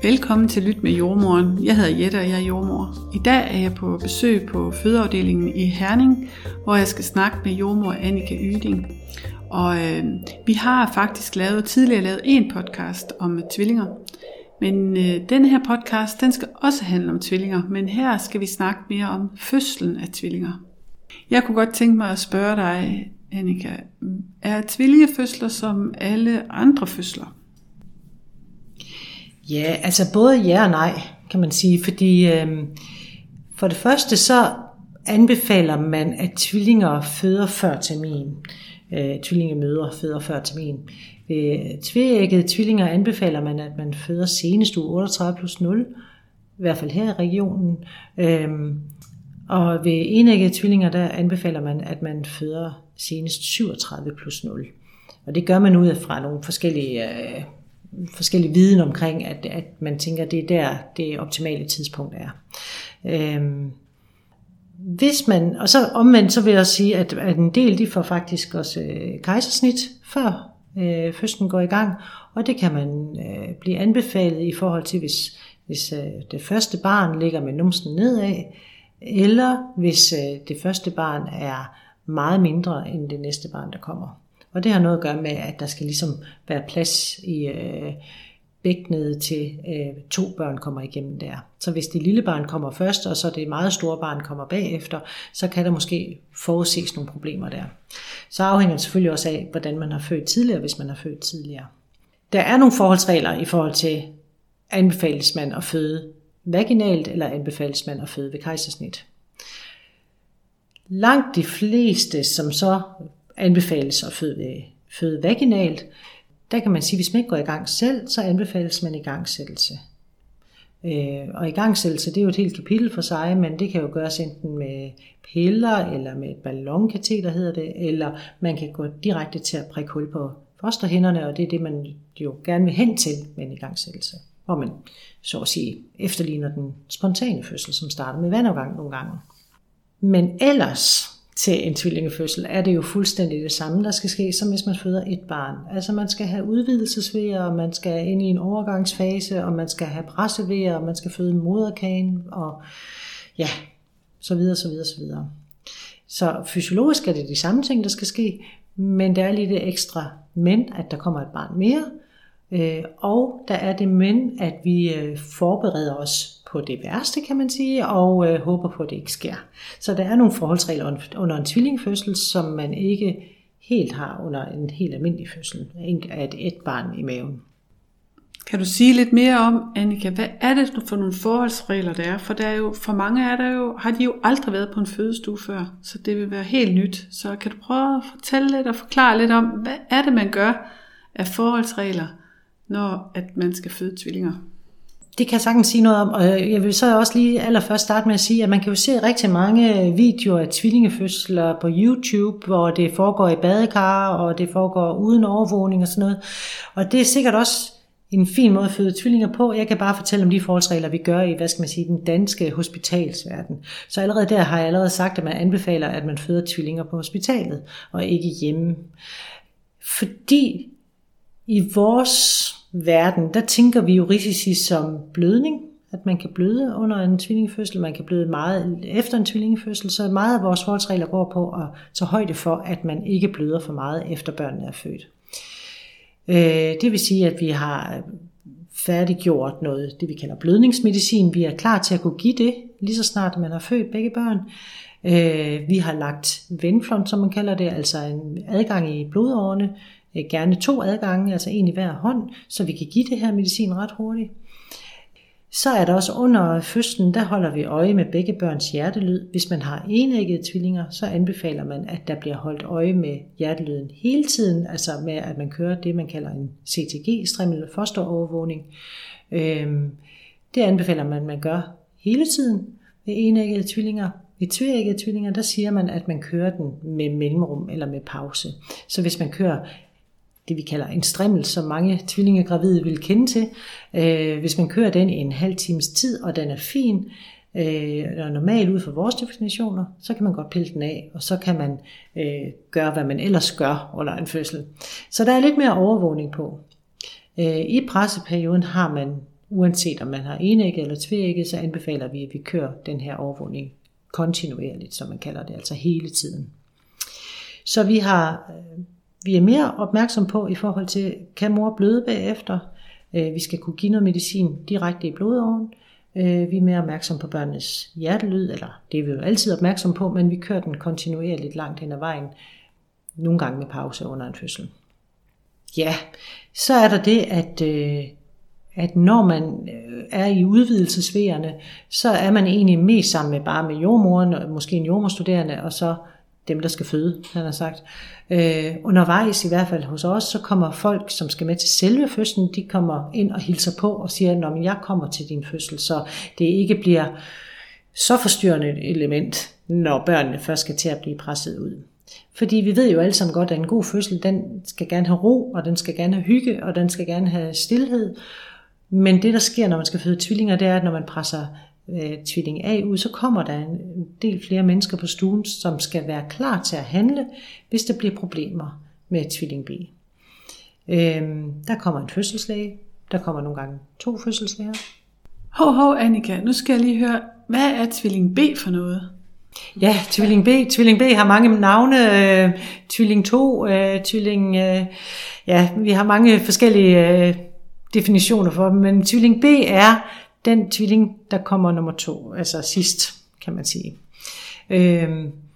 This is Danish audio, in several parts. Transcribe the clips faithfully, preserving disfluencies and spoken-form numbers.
Velkommen til Lyt med Jordmoren. Jeg hedder Jette, og jeg er jordmor. I dag er jeg på besøg på fødeafdelingen i Herning, hvor jeg skal snakke med jordmor Annika Yding. Og øh, vi har faktisk lavet, tidligere lavet en podcast om tvillinger. Men øh, denne her podcast, den skal også handle om tvillinger, men her skal vi snakke mere om fødslen af tvillinger. Jeg kunne godt tænke mig at spørge dig, Annika, er tvillingefødsler som alle andre fødsler? Ja, altså både ja og nej, kan man sige, fordi øh, for det første så anbefaler man, at tvillinger føder før termin. Øh, tvillingemødre føder før termin. Ved tveæggede tvillinger anbefaler man, at man føder senest uge otteogtredive plus nul, i hvert fald her i regionen. Øh, og ved enæggede tvillinger, der anbefaler man, at man føder senest syvogtredive plus nul. Og det gør man ud fra nogle forskellige... Øh, forskellige viden omkring, at, at man tænker, at det er der, det optimale tidspunkt er. Øhm, hvis man, og så omvendt, så vil jeg sige, at, at en del, de får faktisk også øh, kejsersnit, før øh, fødslen går i gang, og det kan man øh, blive anbefalet i forhold til, hvis, hvis øh, det første barn ligger med numsen nedad, eller hvis øh, det første barn er meget mindre end det næste barn, der kommer. Og det har noget at gøre med, at der skal ligesom være plads i øh, bækkenet til øh, to børn kommer igennem der. Så hvis det lille barn kommer først, og så det meget store barn kommer bagefter, så kan der måske forudses nogle problemer der. Så afhænger det selvfølgelig også af, hvordan man har født tidligere, hvis man har født tidligere. Der er nogle forholdsregler i forhold til, anbefales man at føde vaginalt, eller anbefales man at føde ved kejsersnit. Langt de fleste, som så anbefales at føde, føde vaginalt, der kan man sige, at hvis man ikke går i gang selv, så anbefales man igangsættelse. Øh, og igangsættelse, det er jo et helt kapitel for sig, men det kan jo gøres enten med piller, eller med et ballonkateter hedder det, eller man kan gå direkte til at prikke hul på fosterhinderne, og det er det, man jo gerne vil hen til med en igangsættelse. Hvor man så at sige efterligner den spontane fødsel, som starter med vandafgang nogle gange. Men ellers til en tvillingefødsel er det jo fuldstændig det samme, der skal ske, som hvis man føder et barn. Altså man skal have udvidelsesvejer, og man skal ind i en overgangsfase, og man skal have pressevejer, og man skal føde moderkagen, og ja, så videre, så videre, så videre. Så fysiologisk er det de samme ting, der skal ske, men der er lige det ekstra men, at der kommer et barn mere, og der er det men, at vi forbereder os på det værste, kan man sige, og øh, håber på, at det ikke sker. Så der er nogle forholdsregler under en tvillingefødsel, som man ikke helt har under en helt almindelig fødsel af et, et barn i maven. Kan du sige lidt mere om, Annika, hvad er det for nogle forholdsregler, der er? For, der er jo, for mange er der jo, har de jo aldrig været på en fødestue før, så det vil være helt nyt. Så kan du prøve at fortælle lidt og forklare lidt om, hvad er det, man gør af forholdsregler, når at man skal føde tvillinger? Det kan jeg sagtens sige noget om, og jeg vil så også lige allerførst starte med at sige, at man kan jo se rigtig mange videoer af tvillingefødsler på YouTube, hvor det foregår i badekar, og det foregår uden overvågning og sådan noget. Og det er sikkert også en fin måde at føde tvillinger på. Jeg kan bare fortælle om de forholdsregler, vi gør i, hvad skal man sige, den danske hospitalsverden. Så allerede der har jeg allerede sagt, at man anbefaler, at man føder tvillinger på hospitalet, og ikke hjemme. Fordi i vores verden, der tænker vi jo risici som blødning, at man kan bløde under en tvillingefødsel, man kan bløde meget efter en tvillingefødsel, så meget af vores forholdsregler går på at tage højde for, at man ikke bløder for meget efter børnene er født. Det vil sige, at vi har færdiggjort noget, det vi kalder blødningsmedicin. Vi er klar til at kunne give det, lige så snart man har født begge børn. Vi har lagt venflon, som man kalder det, altså en adgang i blodårene, gerne to adgange, altså en i hver hånd, så vi kan give det her medicin ret hurtigt. Så er der også under fødslen, der holder vi øje med begge børns hjertelyd. Hvis man har enæggede tvillinger, så anbefaler man, at der bliver holdt øje med hjertelyden hele tiden, altså med at man kører det, man kalder en C T G, strimmel fosterovervågning. Det anbefaler man, at man gør hele tiden ved enæggede tvillinger. Ved tveæggede tvillinger, der siger man, at man kører den med mellemrum eller med pause. Så hvis man kører det vi kalder en strimmel, som mange tvillingegravide vil kende til. Øh, hvis man kører den i en halv times tid, og den er fin, øh, og normal ud fra vores definitioner, så kan man godt pille den af, og så kan man øh, gøre, hvad man ellers gør under en fødsel. Så der er lidt mere overvågning på. Øh, I presseperioden har man uanset om man har enægget eller tveægget, så anbefaler vi, at vi kører den her overvågning kontinuerligt, som man kalder det, altså hele tiden. Så vi har, vi er mere opmærksom på i forhold til, kan mor bløde bagefter? Vi skal kunne give noget medicin direkte i blodåren. Vi er mere opmærksom på børnenes hjertelyd, eller det er vi jo altid opmærksom på, men vi kører den kontinuerligt langt hen ad vejen, nogle gange med pause under en fødsel. Ja, så er der det, at, at når man er i udvidelsesvejerne, så er man egentlig mest sammen med bare med jordmoren, måske en jordmorstuderende, og så dem, der skal føde, han har sagt. Øh, undervejs, i hvert fald hos os, så kommer folk, som skal med til selve fødslen, de kommer ind og hilser på og siger, at jeg kommer til din fødsel, så det ikke bliver så forstyrrende et element, når børnene først skal til at blive presset ud. Fordi vi ved jo alle sammen godt, at en god fødsel, den skal gerne have ro, og den skal gerne have hygge, og den skal gerne have stilhed. Men det, der sker, når man skal føde tvillinger, det er, at når man presser øh, tvilling A ud, så kommer der en del flere mennesker på stuen, som skal være klar til at handle, hvis der bliver problemer med tvilling B. Øh, der kommer en fødselslæge, der kommer nogle gange to fødselslæger. Hov, hov, Annika, nu skal jeg lige høre, hvad er tvilling B for noget? Ja, tvilling B. Tvilling B har mange navne. Øh, tvilling to, øh, tvilling... Øh, ja, vi har mange forskellige øh, definitioner for dem, men tvilling B er den tvilling, der kommer nummer to, altså sidst, kan man sige. Øh,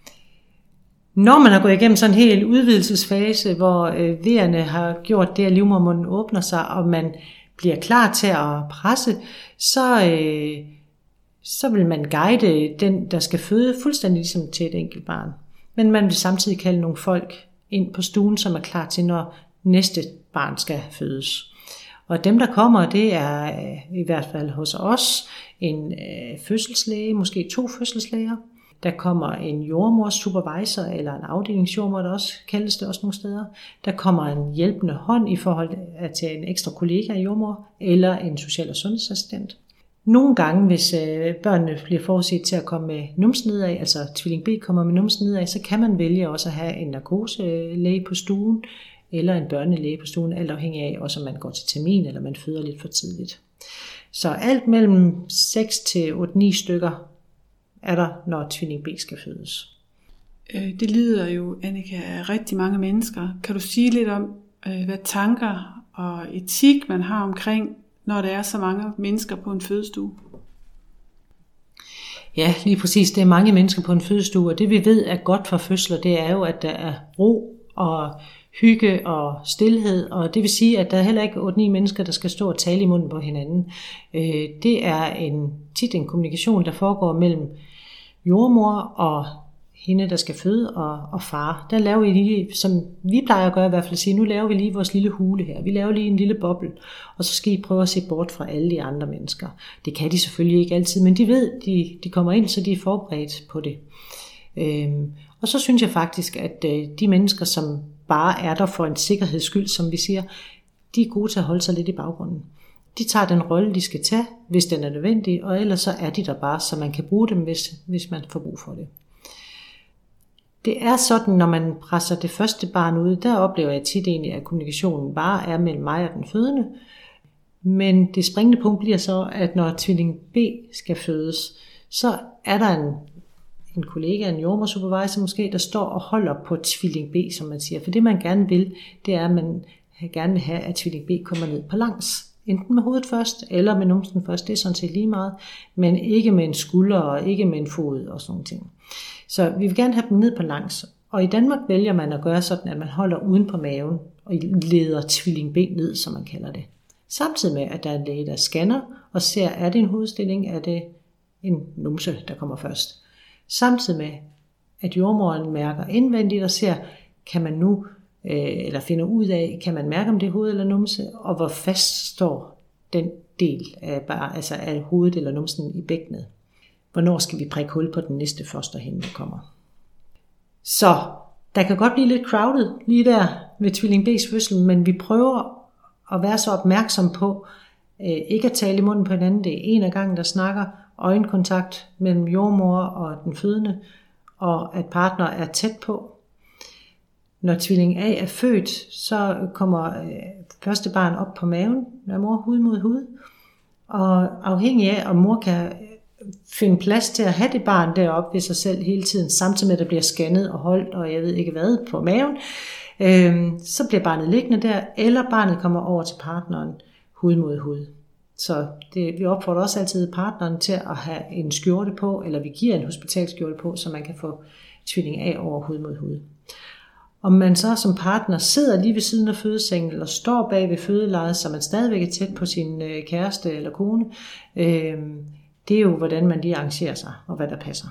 når man har gået igennem sådan en hel udvidelsesfase, hvor øh, vejerne har gjort det, at livmodermunden åbner sig, og man bliver klar til at presse, så... Øh, så vil man guide den, der skal føde, fuldstændig ligesom til et enkelt barn. Men man vil samtidig kalde nogle folk ind på stuen, som er klar til, når næste barn skal fødes. Og dem, der kommer, det er i hvert fald hos os en øh, fødselslæge, måske to fødselslæger. Der kommer en jordmors supervisor, eller en afdelingsjordmor, der også kaldes det også nogle steder. Der kommer en hjælpende hånd i forhold til en ekstra kollega i jordmor, eller en social- og sundhedsassistent. Nogle gange, hvis øh, børnene bliver forudset til at komme med numsen nedad, altså tvilling B kommer med numsen nedad, så kan man vælge også at have en narkoselæge på stuen, eller en børnelæge på stuen, alt afhængig af, også om man går til termin, eller man føder lidt for tidligt. Så alt mellem seks til otte ni stykker er der, når tvilling B skal fødes. Det lider jo, Annika, af rigtig mange mennesker. Kan du sige lidt om, hvad tanker og etik man har omkring, når der er så mange mennesker på en fødestue? Ja, lige præcis. Det er mange mennesker på en fødestue, og det vi ved er godt for fødsler, det er jo, at der er ro og hygge og stilhed, og det vil sige, at der er heller ikke otte ni mennesker, der skal stå og tale i munden på hinanden. Det er en, tit en kommunikation, der foregår mellem jordmor og hende, der skal føde, og, og far. Der laver vi lige, som vi plejer at gøre i hvert fald, at sige, nu laver vi lige vores lille hule her. Vi laver lige en lille boble, og så skal I prøve at se bort fra alle de andre mennesker. Det kan de selvfølgelig ikke altid, men de ved, de, de kommer ind, så de er forberedt på det. Øhm, og så synes jeg faktisk, at øh, de mennesker, som bare er der for en sikkerheds skyld, som vi siger, de er gode til at holde sig lidt i baggrunden. De tager den rolle, de skal tage, hvis den er nødvendig, og ellers så er de der bare, så man kan bruge dem, hvis, hvis man får brug for det. Det er sådan, når man presser det første barn ud, der oplever jeg tit egentlig, at kommunikationen bare er mellem mig og den fødende. Men det springende punkt bliver så, at når tvilling B skal fødes, så er der en, en kollega, en jordmorsupervisor måske, der står og holder på tvilling B, som man siger. For det man gerne vil, det er, at man gerne vil have, at tvilling B kommer ned på langs. Enten med hovedet først, eller med numsen først, det er sådan set lige meget, men ikke med en skulder og ikke med en fod og sådan nogle ting. Så vi vil gerne have dem ned på langs, og i Danmark vælger man at gøre sådan, at man holder uden på maven og leder tvilling B ned, som man kalder det. Samtidig med, at der er en læge, der scanner og ser, er det en hovedstilling, er det en numse, der kommer først. Samtidig med, at jordmoren mærker indvendigt og ser, kan man nu eller finder ud af, kan man mærke om det er hoved eller numse, og hvor fast står den del af, bare, altså af hovedet eller numsen i bækkenet. Hvornår skal vi prikke hul på den næste fosterhinde, der kommer. Så der kan godt blive lidt crowded lige der ved tvilling B's fødsel, men vi prøver at være så opmærksom på, øh, ikke at tale i munden på hinanden. Det er en af gangen, der snakker, øjenkontakt mellem jordmor og den fødende, og at partner er tæt på. Når tvilling A er født, så kommer øh, første barn op på maven, når mor hud mod hud, Og afhængig af, om mor kan finde plads til at have det barn deroppe ved sig selv hele tiden, samtidig med, at der bliver scannet og holdt, og jeg ved ikke hvad, på maven, øh, så bliver barnet liggende der, eller barnet kommer over til partneren hud mod hud. Så det, vi opfordrer også altid partneren til at have en skjorte på, eller vi giver en hospitalskjorte på, så man kan få tvilling af over hud mod hud. Om man så som partner sidder lige ved siden af fødesengen, eller står bag ved fødelejet, så man stadigvæk er tæt på sin kæreste eller kone, øh, det er jo, hvordan man lige arrangerer sig, og hvad der passer.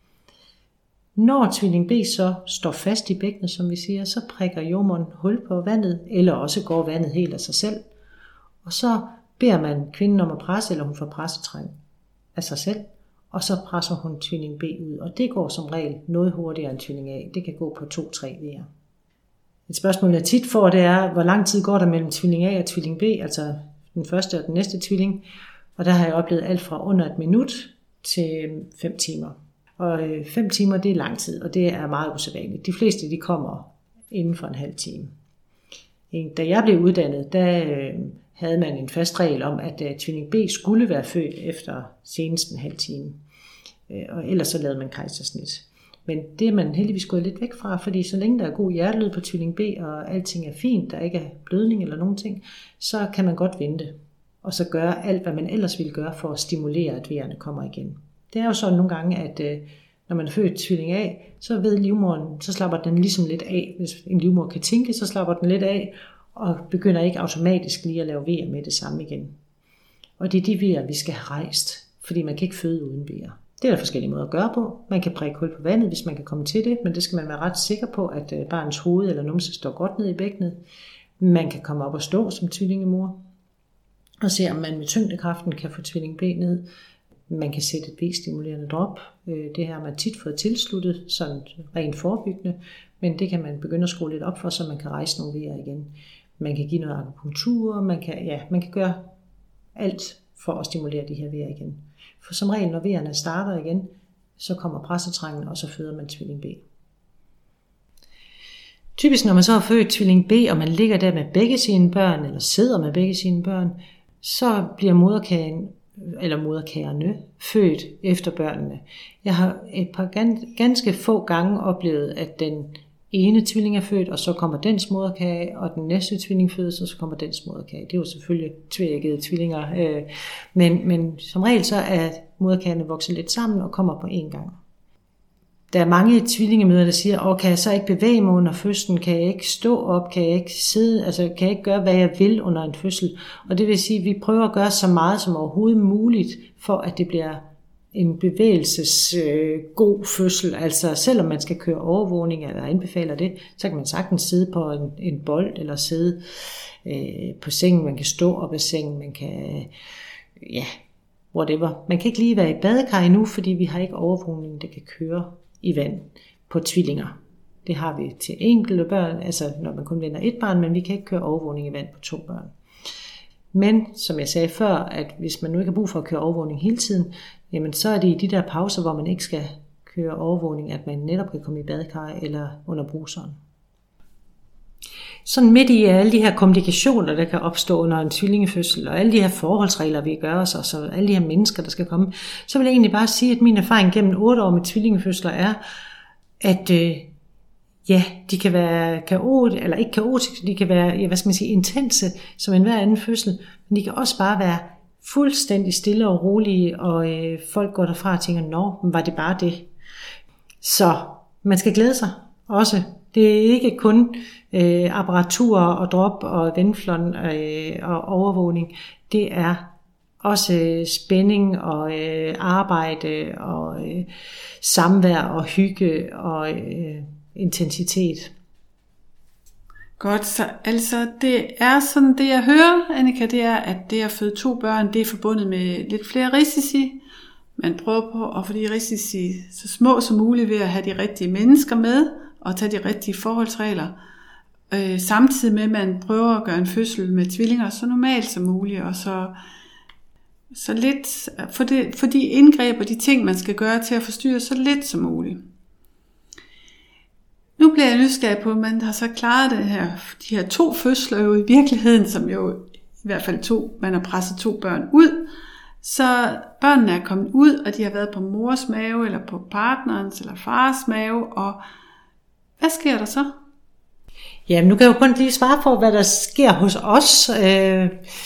Når tvilling B så står fast i bækkenet, som vi siger, så prikker jordemoderen hul på vandet, eller også går vandet helt af sig selv. Og så beder man kvinden om at presse, eller hun får pressetræng af sig selv, og så presser hun tvilling B ud. Og det går som regel noget hurtigere end tvilling A. Det kan gå på to til tre vejer. Et spørgsmål, jeg tit får, det er, hvor lang tid går der mellem tvilling A og tvilling B, altså den første og den næste tvilling. Og der har jeg oplevet alt fra under et minut til fem timer. Og fem timer, det er lang tid, og det er meget usædvanligt. De fleste, de kommer inden for en halv time. Da jeg blev uddannet, der havde man en fast regel om, at tvilling B skulle være født efter senest en halv time. Og ellers så lavede man kejsersnit. Men det er man heldigvis gået lidt væk fra, fordi så længe der er god hjertelyd på tvilling B, og alting er fint, der ikke er blødning eller nogen ting, så kan man godt vente. Og så gøre alt, hvad man ellers ville gøre for at stimulere, at vejerne kommer igen. Det er jo sådan nogle gange, at når man er født tvilling A, så ved livmoderen, så slapper den ligesom lidt af. Hvis en livmor kan tænke, så slapper den lidt af, og begynder ikke automatisk lige at lave vejer med det samme igen. Og det er de vejer, vi skal have rejst, fordi man kan ikke føde uden vejer. Det er der forskellige måder at gøre på. Man kan prikke hul på vandet, hvis man kan komme til det, men det skal man være ret sikker på, at barnets hoved eller numse står godt ned i bækkenet. Man kan komme op og stå som tvillingemor, og se om man med tyngdekraften kan få tvilling B ned. Man kan sætte et V-stimulerende drop. Det her har man tit fået tilsluttet, sådan rent forebyggende, men det kan man begynde at skrue lidt op for, så man kan rejse nogle vejer igen. Man kan give noget akupunktur, man kan, ja, man kan gøre alt for at stimulere de her vejer igen. For som regel, når vejerne starter igen, så kommer pressetrængen, og så føder man tvilling B. Typisk når man så har født tvilling B, og man ligger der med begge sine børn, eller sidder med begge sine børn, så bliver moderkagen, eller moderkagerne, født efter børnene. Jeg har et par ganske få gange oplevet, at den ene tvilling er født, og så kommer dens moderkage, og den næste tvilling fødes, og så kommer dens moderkage. Det er jo selvfølgelig tvækkede tvillinger, men, men som regel så er moderkagene vokset lidt sammen og kommer på én gang. Der er mange tvillingemødre, der siger, åh, kan jeg så ikke bevæge mig under fødslen? Kan jeg ikke stå op? Kan jeg ikke sidde? Altså, kan jeg ikke gøre, hvad jeg vil under en fødsel? Og det vil sige, at vi prøver at gøre så meget som overhovedet muligt, for at det bliver en bevægelsesgod øh, fødsel. Altså, selvom man skal køre overvågning, eller anbefaler det, så kan man sagtens sidde på en, en bold, eller sidde øh, på sengen. Man kan stå op af sengen, man kan, ja, whatever. Man kan ikke lige være i badekar endnu, fordi vi har ikke overvågning, der kan køre i vand på tvillinger. Det har vi til enkelte børn, altså når man kun vender et barn, men vi kan ikke køre overvågning i vand på to børn. Men som jeg sagde før, at hvis man nu ikke har brug for at køre overvågning hele tiden, jamen så er det i de der pauser, hvor man ikke skal køre overvågning, at man netop kan komme i badekar eller under bruseren. Sådan midt i alle de her komplikationer, der kan opstå under en tvillingefødsel, og alle de her forholdsregler, vi gør os, og så alle de her mennesker, der skal komme, så vil jeg egentlig bare sige, at min erfaring gennem otte år med tvillingefødsler er, at øh, ja, de kan være kaotiske, eller ikke kaotiske, de kan være, ja, hvad skal man sige, intense, som enhver anden fødsel, men de kan også bare være fuldstændig stille og rolige, og øh, folk går derfra og tænker, nå, var det bare det? Så man skal glæde sig også. Det er ikke kun øh, apparatur og drop og venflon øh, og overvågning. Det er også øh, spænding og øh, arbejde og øh, samvær og hygge og øh, intensitet. Godt, så altså det er sådan, det jeg hører, Annika, det er, at det at føde to børn, det er forbundet med lidt flere risici. Man prøver på at få de risici så små som muligt ved at have de rigtige mennesker med, og tage de rigtige forholdsregler, øh, samtidig med, at man prøver at gøre en fødsel med tvillinger så normalt som muligt, og så, så lidt, for, det, for de indgreb og de ting, man skal gøre til at forstyrre så lidt som muligt. Nu bliver jeg nysgerrig på, at man har så klaret det her, de her to fødsler jo i virkeligheden, som jo i hvert fald to, man har presset to børn ud, Så børnene er kommet ud, og de har været på mors mave, eller på partnerens, eller fars mave, og hvad sker der så? Jamen, nu kan jeg jo kun lige svare på, hvad der sker hos os. Øh,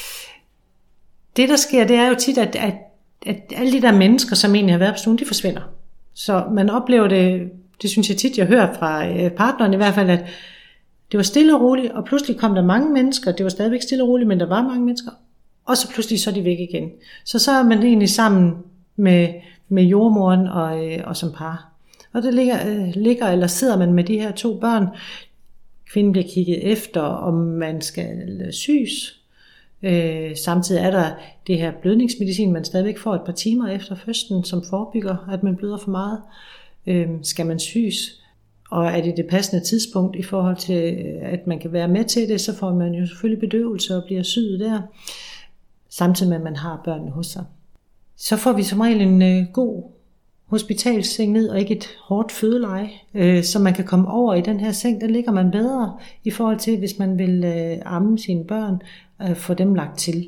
det, der sker, det er jo tit, at, at, at alle de der mennesker, som egentlig har været på stuen, de forsvinder. Så man oplever det, det synes jeg tit, jeg hører fra partneren i hvert fald, at det var stille og roligt, og pludselig kom der mange mennesker. Det var stadigvæk stille og roligt, men der var mange mennesker. Og så pludselig så er de væk igen. Så så er man egentlig sammen med, med jordmoren og, og som par. Og der ligger, ligger eller sidder man med de her to børn. Kvinden bliver kigget efter, om man skal sys. Øh, samtidig er der det her blødningsmedicin, man stadigvæk får et par timer efter fødslen, som forebygger, at man bløder for meget. Øh, skal man sys? Og er det det passende tidspunkt i forhold til, at man kan være med til det, så får man jo selvfølgelig bedøvelse og bliver syet der, samtidig med, at man har børnene hos sig. Så får vi som regel en øh, god hospitalsseng ned, og ikke et hårdt fødeleje, øh, så man kan komme over i den her seng. Der ligger man bedre i forhold til, hvis man vil øh, amme sine børn, øh, få dem lagt til.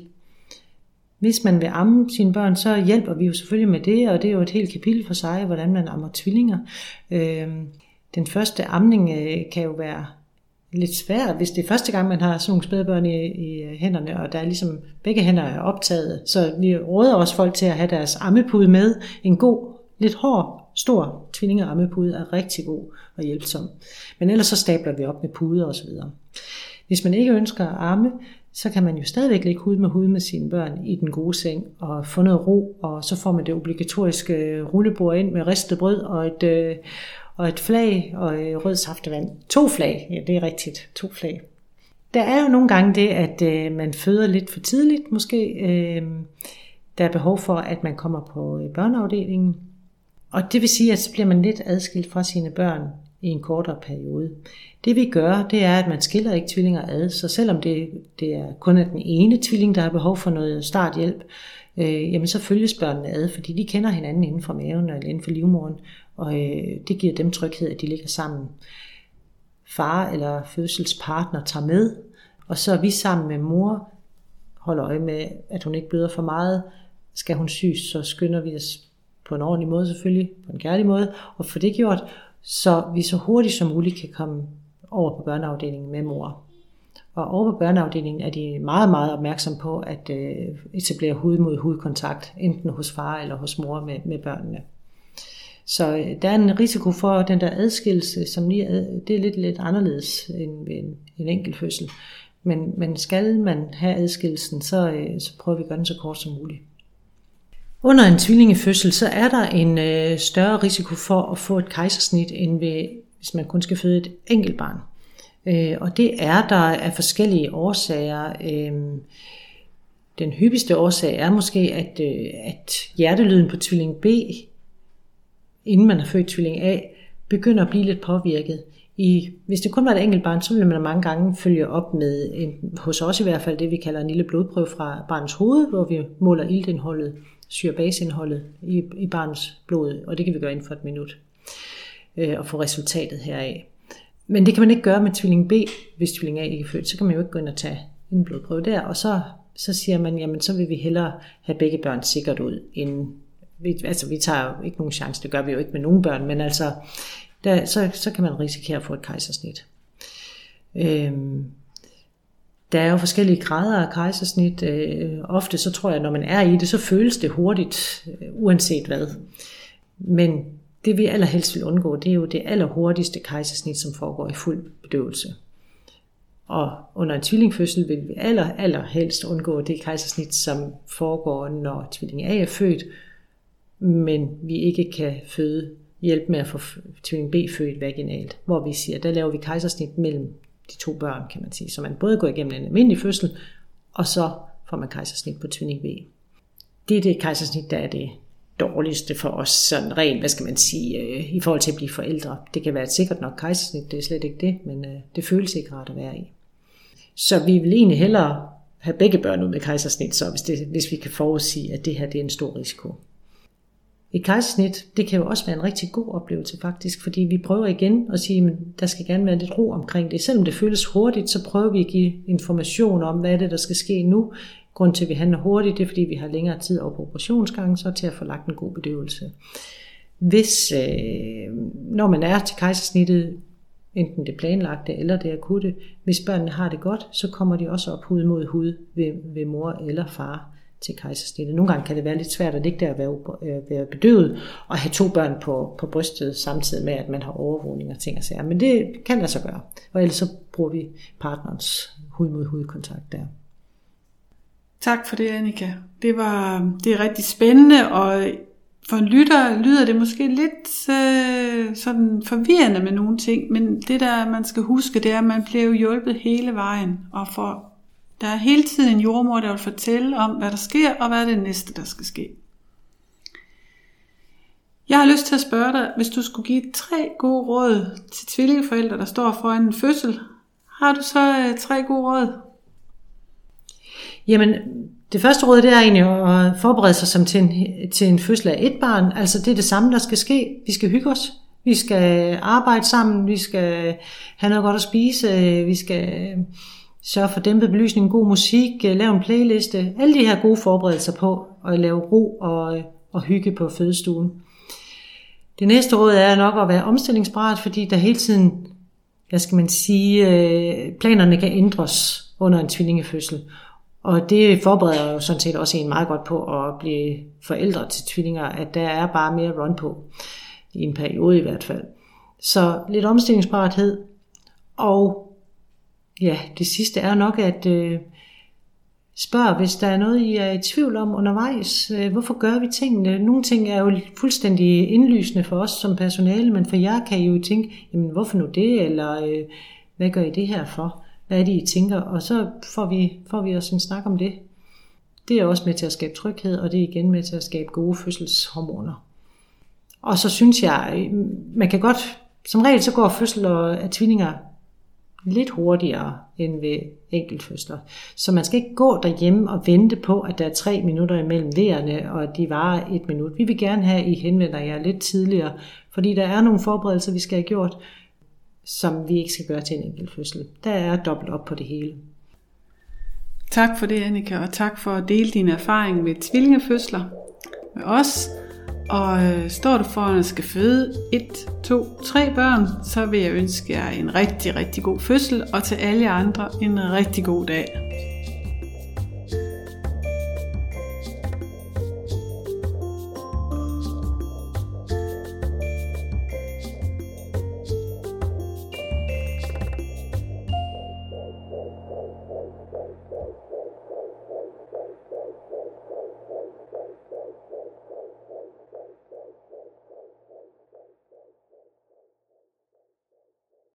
Hvis man vil amme sine børn, så hjælper vi jo selvfølgelig med det, og det er jo et helt kapitel for sig, hvordan man ammer tvillinger. Øh, den første amning øh, kan jo være lidt svært, hvis det er første gang, man har sådan nogle spædbørn i, i hænderne, og der er ligesom begge hænder er optaget. Så vi råder også folk til at have deres ammepude med. En god, lidt hård, stor tvillingeammepude er rigtig god og hjælpsom. Men ellers så stabler vi op med puder og så videre. Hvis man ikke ønsker at amme, så kan man jo stadigvæk ligge hud med hud med sine børn i den gode seng og få noget ro, og så får man det obligatoriske rullebord ind med ristet brød og et, øh, og et flag og rød saftevand. To flag, ja det er rigtigt, to flag. Der er jo nogle gange det, at øh, man føder lidt for tidligt måske. Øh, der er behov for, at man kommer på øh, børneafdelingen. Og det vil sige, at så bliver man lidt adskilt fra sine børn i en kortere periode. Det vi gør, det er, at man skiller ikke tvillinger ad, så selvom det, det er kun er den ene tvilling, der har behov for noget starthjælp, øh, jamen så følges børnene ad, fordi de kender hinanden inden for maven eller inden for livmoderen, og øh, det giver dem tryghed, at de ligger sammen. Far eller fødselspartner tager med, og så er vi sammen med mor, holder øje med, at hun ikke bløder for meget. Skal hun sys, så skynder vi os på en ordentlig måde selvfølgelig, på en kærlig måde, og få det gjort, så vi så hurtigt som muligt kan komme over på børneafdelingen med mor. Og over på børneafdelingen er de meget, meget opmærksom på at øh, etablere hud mod hudkontakt, enten hos far eller hos mor med, med børnene. Så øh, der er en risiko for den der adskillelse, som lige er, det er lidt, lidt anderledes end ved en, en enkelt fødsel. Men, men skal man have adskillelsen, så, øh, så prøver vi at gøre den så kort som muligt. Under en tvillingefødsel, så er der en øh, større risiko for at få et kejsersnit, end ved, hvis man kun skal føde et enkelt barn. Øh, og det er der af forskellige årsager. Øh, den hyppigste årsag er måske, at, øh, at hjertelyden på tvilling B, inden man har født tvilling A, begynder at blive lidt påvirket. I, hvis det kun var et enkelt barn, så vil man mange gange følge op med, en, hos os i hvert fald, det vi kalder en lille blodprøve fra barnets hoved, hvor vi måler iltindholdet, syrebaseindholdet i, i barnets blod, og det kan vi gøre inden for et minut, øh, og få resultatet heraf. Men det kan man ikke gøre med tvilling B, hvis tvilling A ikke er født, så kan man jo ikke gå ind og tage en blodprøve der, og så, så siger man, jamen så vil vi hellere have begge børn sikkert ud, inden, vi, altså vi tager jo ikke nogen chance, det gør vi jo ikke med nogen børn, men altså, der, så, så kan man risikere at få et kejsersnit. Øhm, Der er jo forskellige grader af kejsersnit. Øh, ofte så tror jeg, når man er i det, så føles det hurtigt, øh, uanset hvad. Men det vi allerhelst vil undgå, det er jo det allerhurtigste kejsersnit, som foregår i fuld bedøvelse. Og under en tvillingfødsel vil vi aller, allerhelst undgå det kejsersnit, som foregår, når tvilling A er født, men vi ikke kan føde hjælp med at få tvilling B født vaginalt, hvor vi siger, der laver vi kejsersnit mellem de to børn, kan man sige. Så man både går igennem en almindelig fødsel, og så får man kejsersnit på tvilling B. Det er det kejsersnit, der er det dårligste for os, sådan rent, hvad skal man sige, øh, i forhold til at blive forældre. Det kan være et sikkert nok kejsersnit, det er slet ikke det, men øh, det føles ikke rart at være i. Så vi vil egentlig hellere have begge børn ud med kejsersnit, så hvis, det, hvis vi kan forudsige, at det her det er en stor risiko. Et kejsersnit, det kan jo også være en rigtig god oplevelse faktisk, fordi vi prøver igen at sige, at der skal gerne være lidt ro omkring det. Selvom det føles hurtigt, så prøver vi at give information om, hvad er det, der skal ske nu. Grunden til, at vi handler hurtigt, det er, fordi vi har længere tid over på operationsgangen, så til at få lagt en god bedøvelse. Hvis, øh, når man er til kejsersnittet, enten det planlagte eller det akutte, hvis børnene har det godt, så kommer de også op hud mod hud ved, ved mor eller far til kejsersnittet. Nogle gange kan det være lidt svært at ligge der og være, være bedøvet og have to børn på, på brystet samtidig med, at man har overvågning og ting og sager. Men det kan lade sig gøre, og ellers så bruger vi partnerens hud mod hud kontakt der. Tak for det, Annika. Det var det er rigtig spændende, og for en lytter lyder det måske lidt øh, sådan forvirrende med nogle ting, men det der man skal huske, det er, at man bliver hjulpet hele vejen, og for der er hele tiden en jordmor, der vil fortælle om, hvad der sker, og hvad er det næste, der skal ske. Jeg har lyst til at spørge dig, hvis du skulle give tre gode råd til tvillingeforældre, der står foran en fødsel, har du så øh, tre gode råd? Jamen, det første råd, det er egentlig at forberede sig som til en, til en fødsel af et barn. Altså, det er det samme, der skal ske. Vi skal hygge os. Vi skal arbejde sammen. Vi skal have noget godt at spise. Vi skal sørge for dæmpet belysning, god musik, lave en playliste. Alle de her gode forberedelser på at lave ro og, og hygge på fødestuen. Det næste råd er nok at være omstillingsparat, fordi der hele tiden, hvad skal man sige, planerne kan ændres under en tvillingefødsel. Og det forbereder jo sådan set også en meget godt på at blive forældre til tvillinger, at der er bare mere run på, i en periode i hvert fald. Så lidt omstillingsparathed. Og ja, det sidste er nok at øh, spørge, hvis der er noget, I er i tvivl om undervejs. Øh, hvorfor gør vi tingene? Nogle ting er jo fuldstændig indlysende for os som personale, men for jer kan I jo tænke, jamen hvorfor nu det, eller øh, hvad gør I det her for? Hvad er det, I tænker? Og så får vi, får vi også en snak om det. Det er også med til at skabe tryghed, og det er igen med til at skabe gode fødselshormoner. Og så synes jeg, man kan godt, som regel så går fødsler af tvillinger lidt hurtigere end ved enkeltfødsler. Så man skal ikke gå derhjemme og vente på, at der er tre minutter imellem vejerne, og at de varer et minut. Vi vil gerne have, at I henvender jer lidt tidligere, fordi der er nogle forberedelser, vi skal have gjort, som vi ikke skal gøre til en enkelt fødsel. Der er dobbelt op på det hele. Tak for det, Annika, og tak for at dele din erfaring med tvillingefødsler med os. Og øh, står du foran at skal føde et, to, tre børn, så vil jeg ønske jer en rigtig, rigtig god fødsel, og til alle andre en rigtig god dag.